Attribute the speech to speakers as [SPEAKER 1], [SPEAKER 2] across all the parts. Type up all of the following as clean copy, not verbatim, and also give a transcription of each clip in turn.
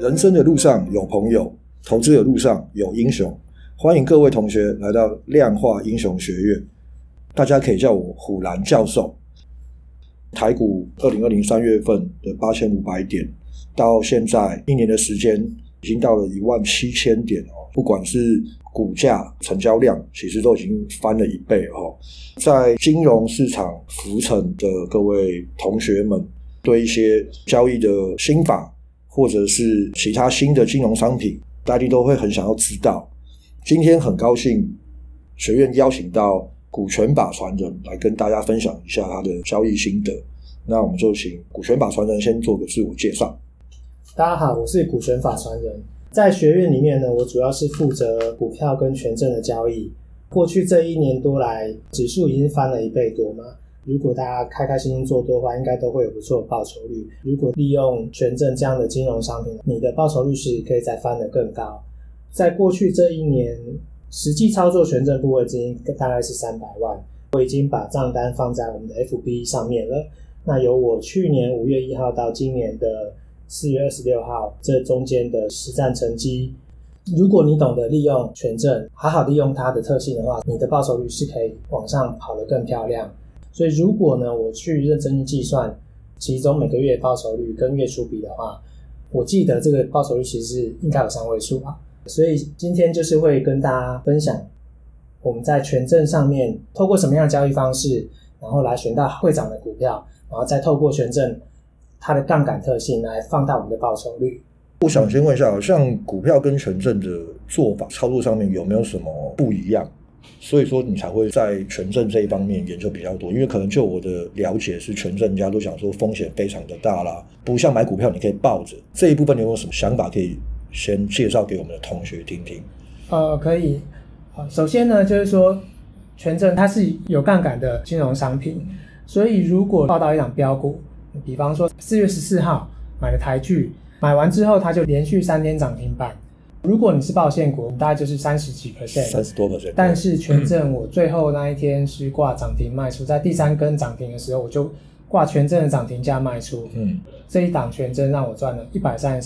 [SPEAKER 1] 人生的路上有朋友，投资的路上有英雄。欢迎各位同学来到量化英雄学院，大家可以叫我虎兰教授。台股2020 3月份的8500点，到现在1年的时间，已经到了17000点哦。不管是股价、成交量，其实都已经翻了1倍哦。在金融市场浮沉的各位同学们，对一些交易的心法，或者是其他新的金融商品，大家都会很想要知道。今天很高兴学院邀请到股权法传人来跟大家分享一下他的交易心得。那我们就请股权法传人先做个自我介绍。
[SPEAKER 2] 大家好，我是股权法传人。在学院里面呢，我主要是负责股票跟权证的交易。过去这1年多来，指数已经翻了1倍多嘛。如果大家开开心心做多的话，应该都会有不错的报酬率。如果利用权证这样的金融商品，你的报酬率是可以再翻得更高。在过去这1年，实际操作权证部位资金大概是300万，我已经把账单放在我们的 FB 上面了。那由我去年5月1号到今年的4月26号这中间的实战成绩，如果你懂得利用权证，好好利用它的特性的话，你的报酬率是可以往上跑得更漂亮。所以如果呢，我去认真计算其中每个月报酬率跟月初比的话，我记得这个报酬率其实是应该有3位数吧。所以今天就是会跟大家分享我们在权证上面透过什么样的交易方式，然后来选到会涨的股票，然后再透过权证它的杠杆特性来放大我们的报酬率。
[SPEAKER 1] 我想先问一下，像股票跟权证的做法操作上面有没有什么不一样？所以说你才会在权证这一方面研究比较多，因为可能就我的了解是权证人家都讲说风险非常的大啦，不像买股票你可以抱着。这一部分你有没有什么想法可以先介绍给我们的同学听听？
[SPEAKER 2] 可以。首先呢，就是说权证它是有杠杆的金融商品，所以如果报到一档标股，比方说4月14号买了台剧，买完之后它就连续3天涨停板。如果你是抱现股，大概就是30几%，30多%。但是权证我最后那一天是挂涨停卖出，在第3根涨停的时候，我就挂权证的涨停价卖出。这一档权证让我赚了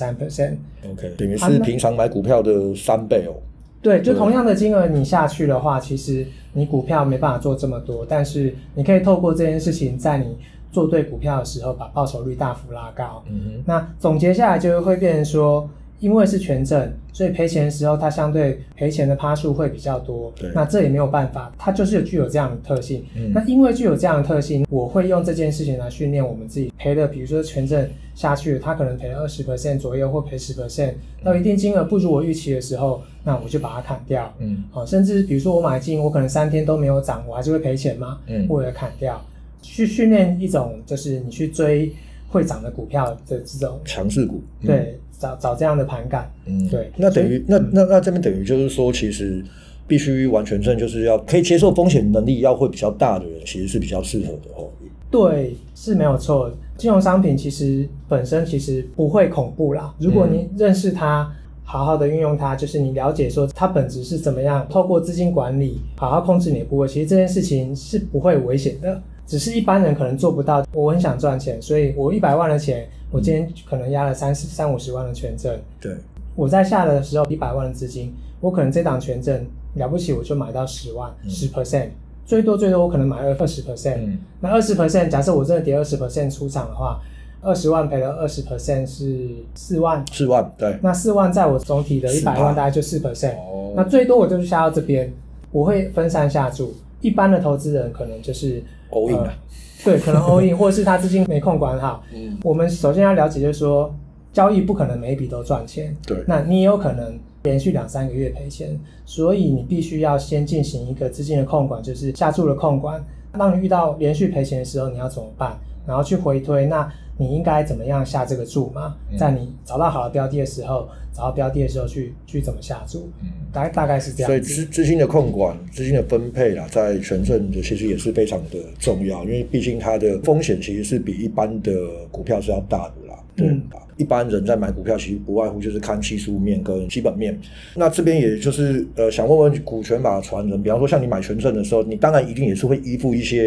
[SPEAKER 2] 133%。OK，
[SPEAKER 1] 等于是平常买股票的3倍哦。
[SPEAKER 2] 对，就同样的金额你下去的话，其实你股票没办法做这么多，但是你可以透过这件事情，在你做对股票的时候，把报酬率大幅拉高。那总结下来就会变成说，因为是权证，所以赔钱的时候它相对赔钱的趴数会比较多。那这也没有办法，它就是具有这样的特性。那因为具有这样的特性，我会用这件事情来训练我们自己。赔的比如说权证下去了，它可能赔了 20% 左右或赔 10%， 到一定金额不如我预期的时候，那我就把它砍掉。甚至比如说我买进，我可能3天都没有涨，我还是会赔钱嘛，我也砍掉。去训练一种就是你去追会涨的股票的这种
[SPEAKER 1] 强势股。
[SPEAKER 2] 对，找这样的盘感。对。
[SPEAKER 1] 那等于那这边等于就是说，其实必须完全证，就是要可以接受风险能力要会比较大的人，其实是比较适合的哦。
[SPEAKER 2] 对，是没有错。金融商品其实本身其实不会恐怖啦，如果你认识它，好好的运用它，就是你了解说它本质是怎么样，透过资金管理好好控制你的部位，其实这件事情是不会危险的。只是一般人可能做不到。我很想赚钱，所以我100万的钱，我今天可能压了30-50万的权证。对，我在下的时候100万的资金，我可能这档权证了不起我就买到10万，10%，最多我可能买20%。那20%，假设我真的跌20% 出场的话，20万赔了20% 是4万。4万，对。那4万在我总体的100万大概就 4%。那最多我就是下到这边，我会分散下注。一般的投资人可能就是
[SPEAKER 1] all in
[SPEAKER 2] 对，可能 all in 或者是他资金没控管好。我们首先要了解就是说，交易不可能每一笔都赚钱。对。那你也有可能连续2-3个月赔钱，所以你必须要先进行一个资金的控管，就是下注的控管。当你遇到连续赔钱的时候，你要怎么办？然后去回推，那你应该怎么样下这个注嘛？在你找到好的标的的时候，去怎么下注？大概是这样子。
[SPEAKER 1] 所以资金的控管、资金的分配啦，在权证的其实也是非常的重要，因为毕竟它的风险其实是比一般的股票是要大的啦。对吧？一般人在买股票其实不外乎就是看技术面跟基本面。那这边也就是想问问股权法传人，比方说像你买权证的时候，你当然一定也是会依附一些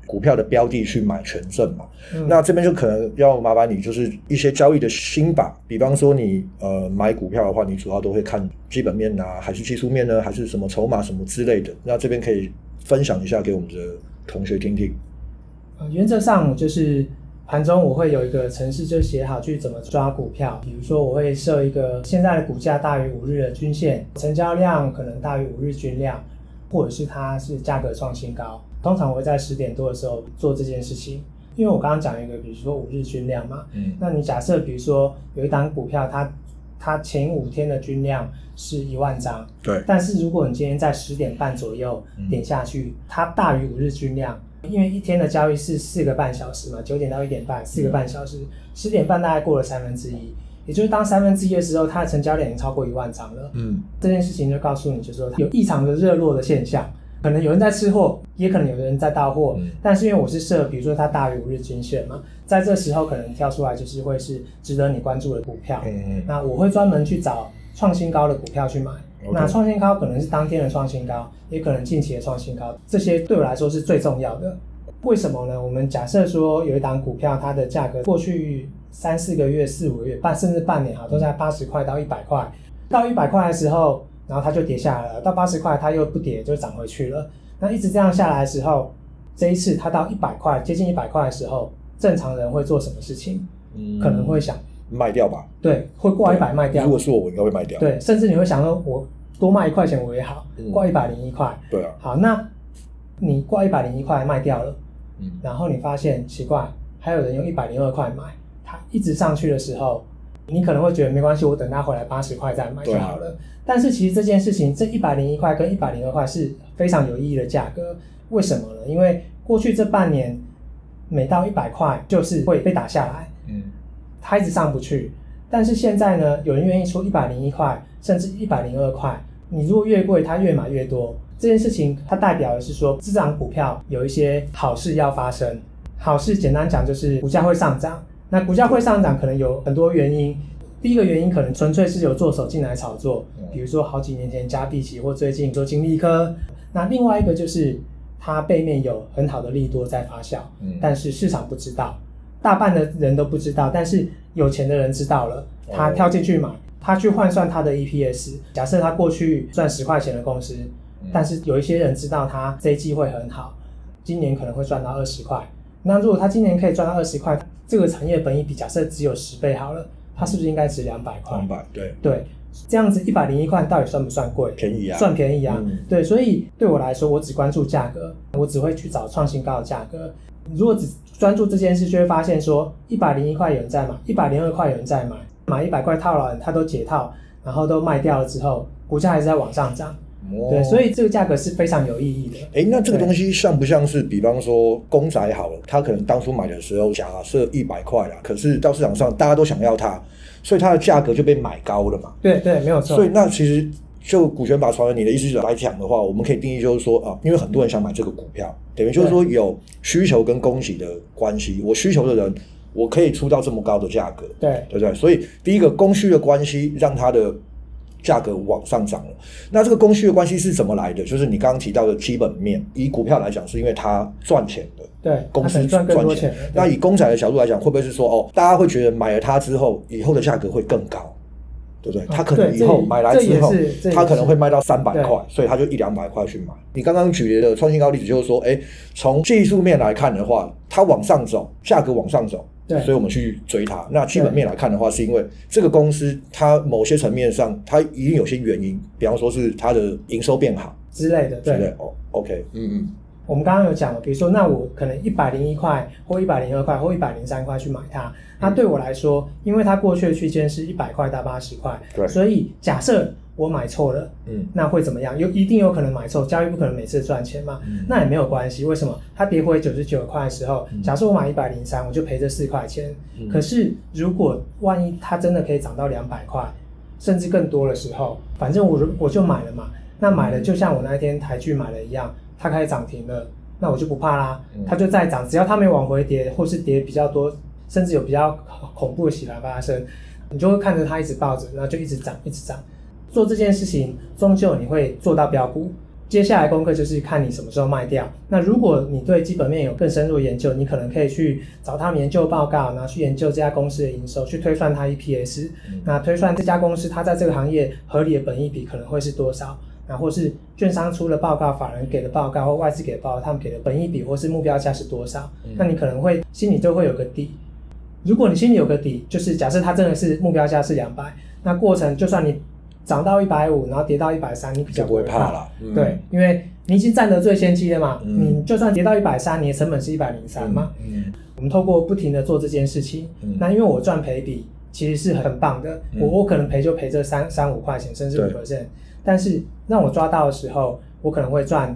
[SPEAKER 1] 股票的标的去买权证嘛。那这边就可能要麻烦你，就是一些交易的心法，比方说你买股票的话，你主要都会看基本面啊，还是技术面呢，还是什么筹码什么之类的。那这边可以分享一下给我们的同学听听。
[SPEAKER 2] 原则上就是盘中我会有一个程式，就写好去怎么抓股票。比如说我会设一个现在的股价大于5日的均线，成交量可能大于5日均量，或者是它是价格创新高。通常我会在10点多的时候做这件事情，因为我刚刚讲一个，比如说5日均量嘛，那你假设比如说有一档股票它前5天的均量是1万张，
[SPEAKER 1] 对，
[SPEAKER 2] 但是如果你今天在10点半左右点下去，它大于5日均量。因为一天的交易是4个半小时嘛，9点到1点半，4个半小时，10点半大概过了1/3，也就是当1/3的时候，它的成交量已经超过1万张了。这件事情就告诉你，就是说有异常的热络的现象，可能有人在吃货，也可能有人在到货，但是因为我是设，比如说它大于5日均线嘛，在这时候可能跳出来就是会是值得你关注的股票。那我会专门去找创新高的股票去买。那创新高可能是当天的创新高，也可能近期的创新高，这些对我来说是最重要的。为什么呢？我们假设说有一档股票，它的价格过去3-4个月、4-5个月，甚至半年都在80块到100块，到100块的时候，然后它就跌下来了，到80块它又不跌，就涨回去了。那一直这样下来的时候，这一次它到100块，接近100块的时候，正常人会做什么事情？可能会想
[SPEAKER 1] 卖掉吧。
[SPEAKER 2] 对，会挂100卖掉。
[SPEAKER 1] 如果是我应该会卖掉。
[SPEAKER 2] 对，甚至你会想说，我多卖1块钱我也好，挂101块。
[SPEAKER 1] 对啊。
[SPEAKER 2] 好，那你挂101块卖掉了，然后你发现奇怪，还有人用102块买，它一直上去的时候，你可能会觉得没关系，我等它回来80块再买就好了。但是其实这件事情，这101块跟102块是非常有意义的价格。为什么呢？因为过去这半年，每到100块就是会被打下来，它一直上不去。但是现在呢，有人愿意出101块，甚至102块，你如果越贵，它越买越多。这件事情它代表的是说，这档股票有一些好事要发生。好事简单讲就是股价会上涨。那股价会上涨可能有很多原因。第一个原因可能纯粹是有做手进来炒作，比如说好几年前嘉碧期或最近做金利科。那另外一个就是它背面有很好的利多在发酵，但是市场不知道，大半的人都不知道，但是有钱的人知道了，他跳进去买，他去换算他的 EPS。假设他过去赚10块钱的公司，但是有一些人知道他这一季会很好，今年可能会赚到20块。那如果他今年可以赚到20块，这个产业本益比假设只有10倍好了，他是不是应该值200块
[SPEAKER 1] ？200，
[SPEAKER 2] 对，这样子101块到底算不算贵？
[SPEAKER 1] 便宜啊，
[SPEAKER 2] 算便宜啊。对，所以对我来说，我只关注价格，我只会去找创新高的价格。如果只专注这件事，就会发现说101块有人在买，102块有人在买，买100块套牢人他都解套，然后都卖掉了之后，股价还是在往上涨。对，所以这个价格是非常有意义的。
[SPEAKER 1] 那这个东西像不像是，比方说公仔好了，他可能当初买的时候假设100块啦，可是到市场上大家都想要它，所以它的价格就被买高了嘛。
[SPEAKER 2] 对，没有错。
[SPEAKER 1] 所以那其实就股权法传人，你的意思来讲的话，我们可以定义就是说因为很多人想买这个股票，等于就是说有需求跟供给的关系。我需求的人，我可以出到这么高的价格，对不对？所以第一个供需的关系让它的价格往上涨了。那这个供需的关系是怎么来的？就是你刚刚提到的基本面。以股票来讲，是因为它赚钱的，
[SPEAKER 2] 对，
[SPEAKER 1] 公司
[SPEAKER 2] 赚更多钱。
[SPEAKER 1] 那以公仔的角度来讲，会不会是说大家会觉得买了它之后，以后的价格会更高，对不对？它可能以后买来之后，它可能会卖到300块，所以它就100-200块去买。你刚刚举的创新高例子就是说，从技术面来看的话，它往上走，价格往上走。所以我们去追它。那基本面来看的话，是因为这个公司它某些层面上它一定有些原因，比方说是它的营收变好
[SPEAKER 2] 之类的。对
[SPEAKER 1] ，OK，
[SPEAKER 2] 我们刚刚有讲了，比如说那我可能101块或102块或103块去买它，那对我来说，因为它过去的区间是100块到80块，所以假设我买错了，那会怎么样？一定有可能买错，交易不可能每次赚钱嘛，那也没有关系。为什么？它跌回99块的时候，假设我买103，我就赔这4块钱。可是如果万一它真的可以涨到200块，甚至更多的时候，反正我就买了嘛。那买了就像我那天台剧买了一样，它开始涨停了，那我就不怕啦，它就再涨，只要它没往回跌，或是跌比较多，甚至有比较恐怖的洗盘发生，你就会看着它一直抱着，然后就一直涨一直涨。做这件事情，终究你会做到标股。 接下来功课就是看你什么时候卖掉。那如果你对基本面有更深入的研究，你可能可以去找他们研究报告，然后去研究这家公司的营收，去推算它 EPS，那推算这家公司它在这个行业合理的本益比可能会是多少，然后或是券商出的报告、法人给的报告或外资给的报告，他们给的本益比或是目标价是多少，那你可能会心里就会有个底。如果你心里有个底，就是假设它真的是目标价是200，那过程就算你涨到150，然后跌到130，你比较
[SPEAKER 1] 不会怕啦。
[SPEAKER 2] 对，因为你已经占得最先机了嘛。你就算跌到130，你的成本是103嘛。我们透过不停的做这件事情，那因为我赚赔比其实是很棒的，我可能赔就赔这3-5块钱，甚至5%，但是让我抓到的时候，我可能会赚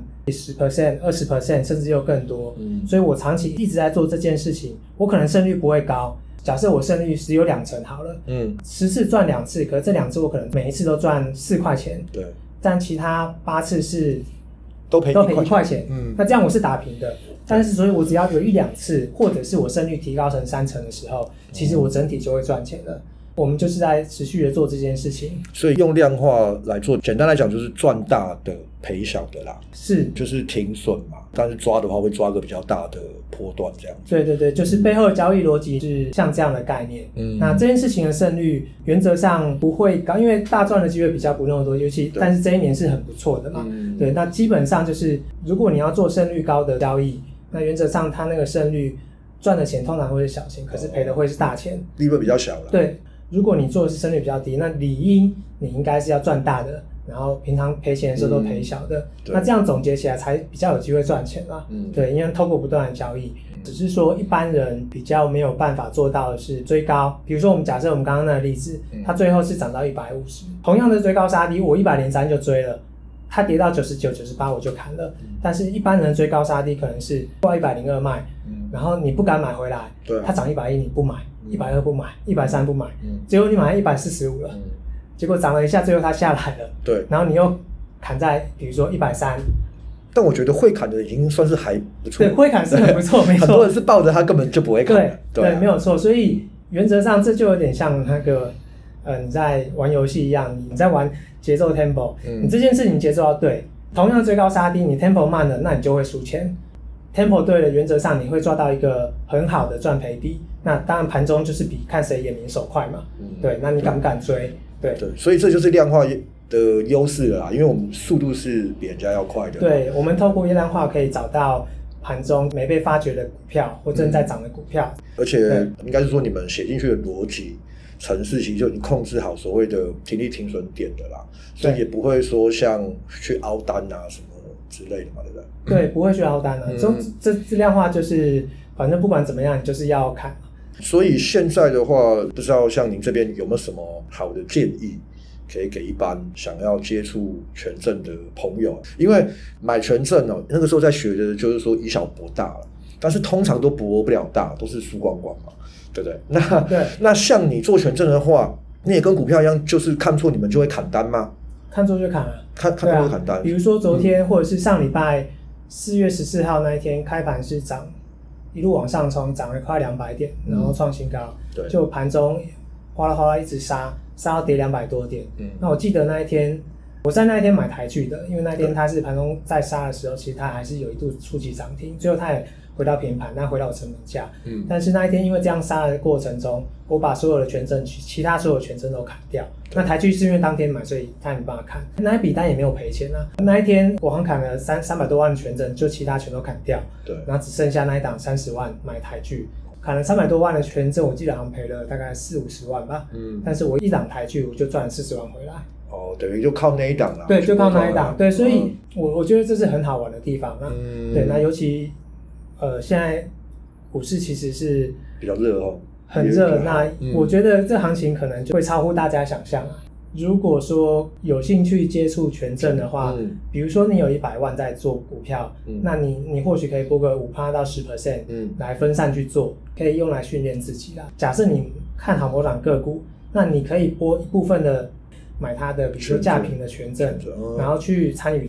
[SPEAKER 2] 10%、20%，甚至又更多。所以我长期一直在做这件事情，我可能胜率不会高。假设我胜率只有2成好了，10次赚2次，可是这2次我可能每一次都赚4块钱，对，但其他8次是都赔1块钱，那这样我是打平的。但是所以我只要有1-2次，或者是我胜率提高成3成的时候，其实我整体就会赚钱了。我们就是在持续的做这件事情，
[SPEAKER 1] 所以用量化来做，简单来讲就是赚大的赔小的啦，
[SPEAKER 2] 是
[SPEAKER 1] 就是停损嘛，但是抓的话会抓个比较大的波段这样子。
[SPEAKER 2] 对对对，就是背后的交易逻辑是像这样的概念。那这件事情的胜率原则上不会高，因为大赚的机会比较不那么多，尤其但是这一年是很不错的嘛。对，那基本上就是如果你要做胜率高的交易，那原则上它那个胜率赚的钱通常会是小钱，可是赔的会是大钱，
[SPEAKER 1] 利润比较小了。
[SPEAKER 2] 对。如果你做的是胜率比较低，那理应你应该是要赚大的，然后平常赔钱的时候都赔小的，那这样总结起来才比较有机会赚钱啦。对，因为透过不断的交易，只是说一般人比较没有办法做到的是追高。比如说我们假设我们刚刚那个例子，它最后是涨到150，同样的追高杀低，我103就追了，它跌到99、98我就砍了。但是一般人追高杀低可能是挂102卖，然后你不敢买回来，它涨110你不买，120不买，130不买，结果你买145了，结果涨了一下，最后它下来了，对，然后你又砍在比如说130，
[SPEAKER 1] 但我觉得会砍的已经算是还不错，
[SPEAKER 2] 对，会砍是很不错，没错，
[SPEAKER 1] 很多人是抱着它根本就不会砍的，
[SPEAKER 2] 对，没有错，所以原则上这就有点像那个你在玩游戏一样，你在玩节奏 tempo，你这件事情节奏要对，同样追高杀低，你 tempo 慢了，那你就会输钱。tempo 对了，原则上你会抓到一个很好的赚赔比。那当然盘中就是比看谁眼明手快嘛，对，那你敢不敢追？对，
[SPEAKER 1] 所以这就是量化的优势了啦，因为我们速度是比人家要快的。
[SPEAKER 2] 对，我们透过量化可以找到盘中没被发掘的股票或正在涨的股票，
[SPEAKER 1] 而且应该是说你们写进去的逻辑程式其实就已经控制好所谓的停利停损点的啦，所以也不会说像去凹单啊什么之类的嘛，对不对？
[SPEAKER 2] 对，不会去凹单啊。这量化就是反正不管怎么样，你就是要看。
[SPEAKER 1] 所以现在的话，不知道像您这边有没有什么好的建议，可以给一般想要接触权证的朋友？因为买权证哦，那个时候在学的就是说以小博大了，但是通常都博不了大，都是输光光嘛，对不对？那像你做权证的话，你也跟股票一样，就是看错你们就会砍单吗？
[SPEAKER 2] 看错就砍了，
[SPEAKER 1] 看错就砍单。
[SPEAKER 2] 比如说昨天或者是上礼拜4月14号那一天开盘是涨，一路往上冲，涨了快200点，然后创新高，就盘中哗啦哗啦一直杀到跌200多点。那我记得那一天我在那一天买台剧的，因为那天它是盘中在杀的时候，其实它还是有一度触及涨停，最后它也回到平盘，那回到我成本价。但是那一天因为这样杀的过程中，我把所有的权证其他所有权证都砍掉。那台剧是因为当天买，所以它也没办法砍。那一笔单也没有赔钱啊。那一天我好像砍了300多万的权证，就其他全都砍掉。对，然后只剩下那一档30万买台剧，砍了300多万的权证，我记得好像赔了大概40-50万吧。但是我一档台剧我就赚了40万回来。
[SPEAKER 1] 哦，等于就靠那一档啦。
[SPEAKER 2] 对，就靠那一档。对，所以我觉得这是很好玩的地方。对，那尤其现在股市其实是
[SPEAKER 1] 比较热哦，
[SPEAKER 2] 很热。那我觉得这行情可能就会超乎大家想象啊。如果说有兴趣接触权证的话，比如说你有100万在做股票，那你或许可以拨个5%到10%，来分散去做，可以用来训练自己啦。假设你看好某档个股，那你可以拨一部分的买它的，比如说价平的权证，然后去参与它。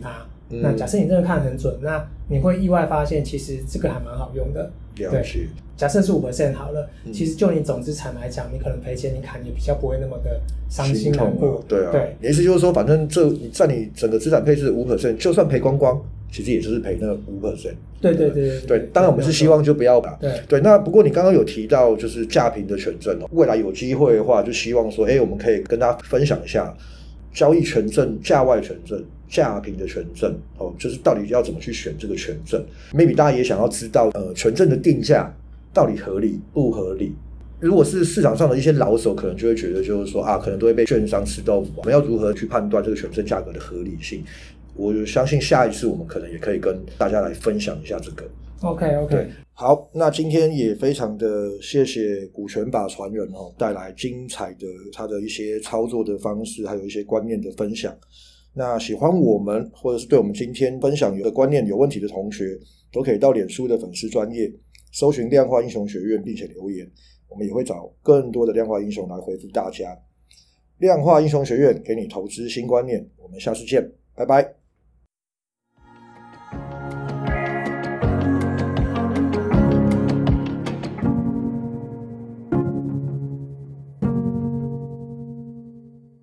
[SPEAKER 2] 那假设你真的看得很准，那你会意外发现其实这个还蛮好用的。
[SPEAKER 1] 了解。
[SPEAKER 2] 假设是 5% 好了，其实就你总资产来讲，你可能赔钱，你砍也比较不会那么的伤心难过。
[SPEAKER 1] 对啊，对，你的意思就是说，反正你占你整个资产配置的 5%， 就算赔光光，其实也就是赔那个 5%。对，当然我们是希望就不要把。对，那不过你刚刚有提到就是价平的权证未来有机会的话，就希望说，我们可以跟大家分享一下交易权证、价外权证、价平的权证就是到底要怎么去选这个权证。maybe 大家也想要知道权证的定价到底合理不合理。如果是市场上的一些老手，可能就会觉得就是说可能都会被券商吃豆腐。我们要如何去判断这个权证价格的合理性？我相信下一次我们可能也可以跟大家来分享一下这个。
[SPEAKER 2] OK，
[SPEAKER 1] 对，好，那今天也非常的谢谢股权法传人带来精彩的他的一些操作的方式，还有一些观念的分享。那喜欢我们或者是对我们今天分享有的观念有问题的同学，都可以到脸书的粉丝专页搜寻量化英雄学院并且留言，我们也会找更多的量化英雄来回复大家。量化英雄学院给你投资新观念，我们下次见，拜拜。